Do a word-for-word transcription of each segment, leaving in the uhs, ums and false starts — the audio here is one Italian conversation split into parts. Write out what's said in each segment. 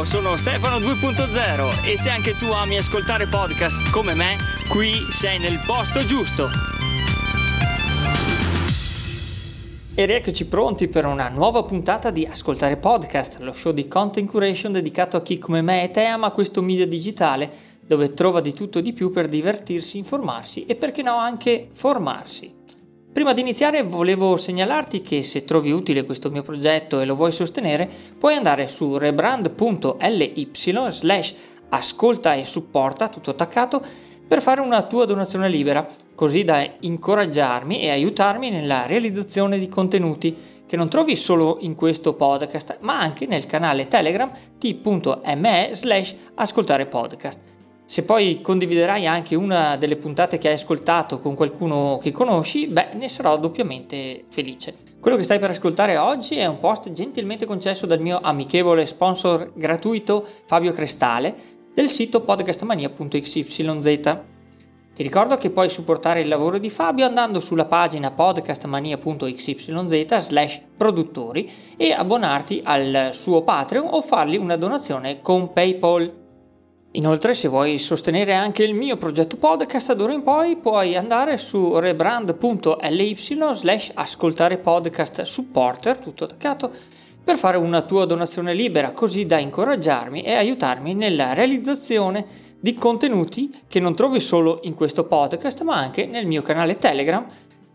Ciao, sono Stefano due punto zero e se anche tu ami ascoltare podcast come me, qui sei nel posto giusto. E rieccoci pronti per una nuova puntata di Ascoltare Podcast, lo show di content curation dedicato a chi come me e te ama questo media digitale dove trova di tutto e di più per divertirsi, informarsi e perché no anche formarsi. Prima di iniziare volevo segnalarti che se trovi utile questo mio progetto e lo vuoi sostenere, puoi andare su rebrand punto ly slash ascolta e supporta, tutto attaccato, per fare una tua donazione libera, così da incoraggiarmi e aiutarmi nella realizzazione di contenuti che non trovi solo in questo podcast, ma anche nel canale Telegram t.me slash ascoltare podcast. Se poi condividerai anche una delle puntate che hai ascoltato con qualcuno che conosci, beh, ne sarò doppiamente felice. Quello che stai per ascoltare oggi è un post gentilmente concesso dal mio amichevole sponsor gratuito Fabio Crestale del sito podcastmania punto x y z. Ti ricordo che puoi supportare il lavoro di Fabio andando sulla pagina podcastmania punto x y z slash produttori e abbonarti al suo Patreon o fargli una donazione con PayPal. Inoltre, se vuoi sostenere anche il mio progetto podcast, d'ora in poi puoi andare su rebrand punto ly slash ascoltare podcast supporter, tutto attaccato, per fare una tua donazione libera, così da incoraggiarmi e aiutarmi nella realizzazione di contenuti che non trovi solo in questo podcast, ma anche nel mio canale Telegram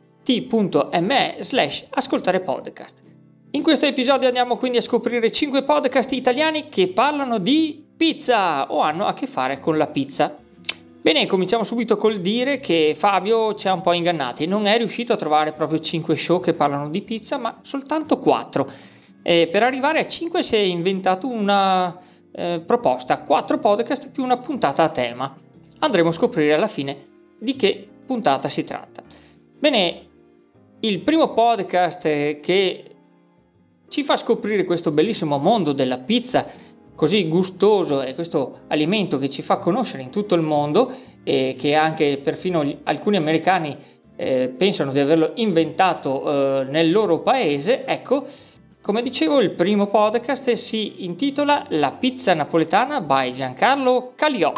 t.me slash ascoltare podcast. In questo episodio andiamo quindi a scoprire cinque podcast italiani che parlano di pizza o hanno a che fare con la pizza. Bene, cominciamo subito col dire che Fabio ci ha un po' ingannati, non è riuscito a trovare proprio cinque show che parlano di pizza, ma soltanto quattro. E per arrivare a cinque si è inventato una eh, proposta, quattro podcast più una puntata a tema. Andremo a scoprire alla fine di che puntata si tratta. Bene, il primo podcast che ci fa scoprire questo bellissimo mondo della pizza così gustoso e questo alimento che ci fa conoscere in tutto il mondo e che anche perfino gli, alcuni americani eh, pensano di averlo inventato eh, nel loro paese. Ecco, come dicevo, il primo podcast si intitola La pizza napoletana by Giancarlo Caliò.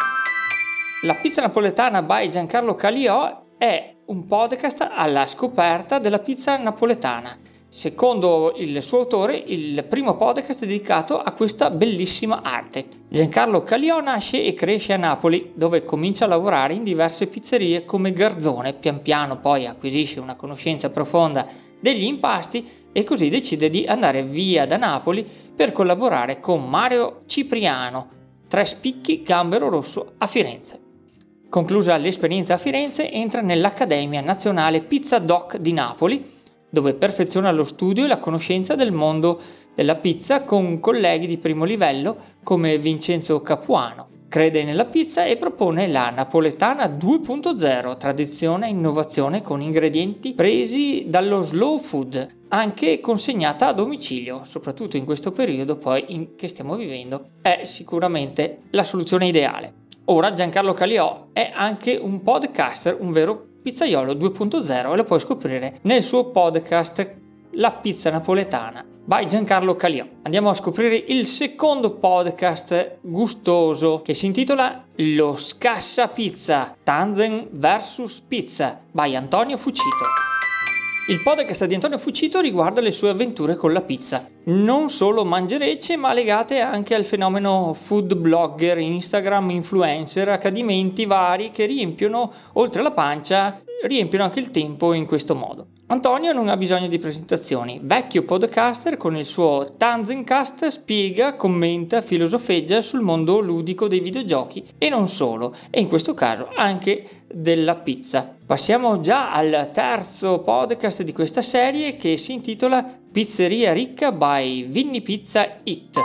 La pizza napoletana by Giancarlo Caliò è un podcast alla scoperta della pizza napoletana. Secondo il suo autore, il primo podcast dedicato a questa bellissima arte. Giancarlo Caliò nasce e cresce a Napoli, dove comincia a lavorare in diverse pizzerie come garzone. Pian piano poi acquisisce una conoscenza profonda degli impasti e così decide di andare via da Napoli per collaborare con Mario Cipriano, Tre Spicchi Gambero Rosso a Firenze. Conclusa l'esperienza a Firenze, entra nell'Accademia Nazionale Pizza Doc di Napoli, dove perfeziona lo studio e la conoscenza del mondo della pizza con colleghi di primo livello come Vincenzo Capuano. Crede nella pizza e propone la napoletana due punto zero, tradizione e innovazione con ingredienti presi dallo slow food, anche consegnata a domicilio, soprattutto in questo periodo poi in, che stiamo vivendo, è sicuramente la soluzione ideale. Ora Giancarlo Caliò è anche un podcaster, un vero pizzaiolo due punto zero, e lo puoi scoprire nel suo podcast La pizza napoletana by Giancarlo Caliò. Andiamo a scoprire il secondo podcast gustoso che si intitola Lo Scassa Pizza, Tanzen versus Pizza by Antonio Fucito. Il podcast di Antonio Fucito riguarda le sue avventure con la pizza, non solo mangerecce ma legate anche al fenomeno food blogger, Instagram, influencer, accadimenti vari che riempiono, oltre la pancia, riempiono anche il tempo in questo modo. Antonio non ha bisogno di presentazioni, vecchio podcaster con il suo Tanzencast spiega, commenta, filosofeggia sul mondo ludico dei videogiochi e non solo, e in questo caso anche della pizza. Passiamo già al terzo podcast di questa serie che si intitola Pizzeria Ricca by Vinny Pizza It.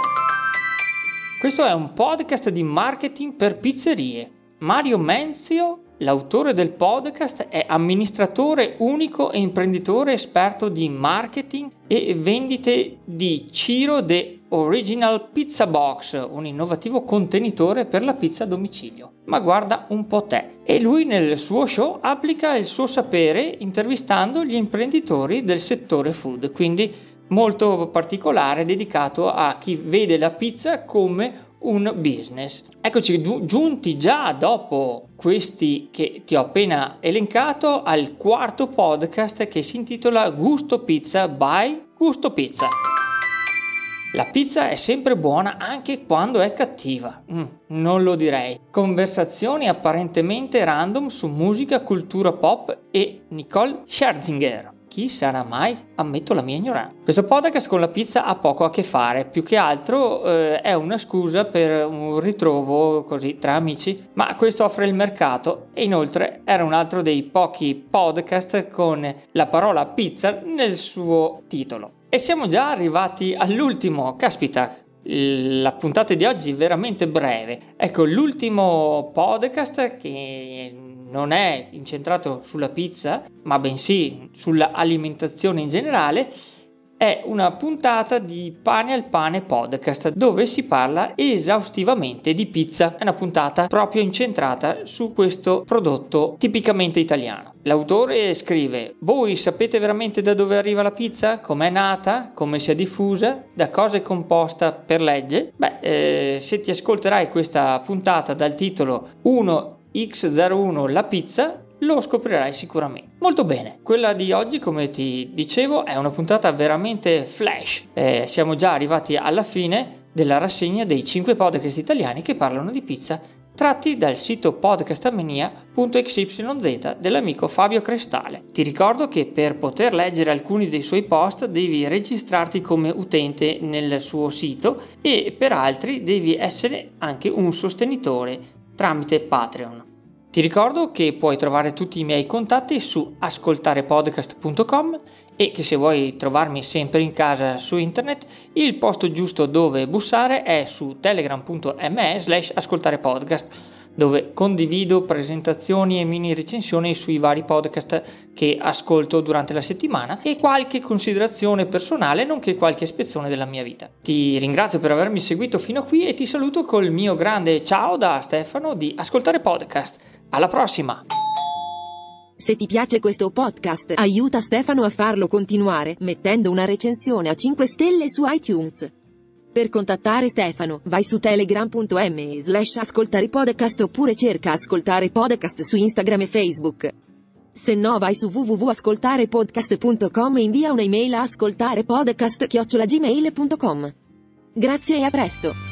Questo è un podcast di marketing per pizzerie. Mario Menzio, l'autore del podcast, è amministratore unico e imprenditore esperto di marketing e vendite di Ciro The Original Pizza Box, un innovativo contenitore per la pizza a domicilio. Ma guarda un po' te. E lui nel suo show applica il suo sapere intervistando gli imprenditori del settore food, quindi molto particolare dedicato a chi vede la pizza come un business. Eccoci giunti già dopo questi che ti ho appena elencato al quarto podcast che si intitola Gusto Pizza by Gusto Pizza. La pizza è sempre buona anche quando è cattiva. Mm, non lo direi. Conversazioni apparentemente random su musica, cultura pop e Nicole Scherzinger. Chi sarà mai? Ammetto la mia ignoranza. Questo podcast con la pizza ha poco a che fare, più che altro eh, è una scusa per un ritrovo così tra amici, ma questo offre il mercato e inoltre era un altro dei pochi podcast con la parola pizza nel suo titolo. E siamo già arrivati all'ultimo, caspita, la puntata di oggi è veramente breve. Ecco, l'ultimo podcast che non è incentrato sulla pizza, ma bensì sull'alimentazione in generale, è una puntata di Pane al Pane podcast dove si parla esaustivamente di pizza. È una puntata proprio incentrata su questo prodotto tipicamente italiano. L'autore scrive: voi sapete veramente da dove arriva la pizza? Com'è nata? Come si è diffusa? Da cosa è composta per legge? Beh, eh, se ti ascolterai questa puntata dal titolo uno ics zero uno La pizza, lo scoprirai sicuramente. Molto bene, quella di oggi, come ti dicevo, è una puntata veramente flash. Eh, siamo già arrivati alla fine della rassegna dei cinque podcast italiani che parlano di pizza, tratti dal sito podcastamania punto x y z dell'amico Fabio Crestale. Ti ricordo che per poter leggere alcuni dei suoi post devi registrarti come utente nel suo sito e per altri devi essere anche un sostenitore tramite Patreon. Ti ricordo che puoi trovare tutti i miei contatti su ascoltarepodcast punto com e che se vuoi trovarmi sempre in casa su internet, il posto giusto dove bussare è su telegram punto me slash ascoltarepodcast, dove condivido presentazioni e mini recensioni sui vari podcast che ascolto durante la settimana e qualche considerazione personale nonché qualche ispezione della mia vita. Ti ringrazio per avermi seguito fino a qui e ti saluto col mio grande ciao da Stefano di Ascoltare Podcast. Alla prossima! Se ti piace questo podcast, aiuta Stefano a farlo continuare mettendo una recensione a cinque stelle su iTunes. Per contattare Stefano, vai su telegram punto me slash ascoltare podcast oppure cerca Ascoltare Podcast su Instagram e Facebook. Se no vai su w w w punto ascoltarepodcast punto com e invia un'email a ascoltarepodcast chiocciola gmail punto com. Grazie e a presto!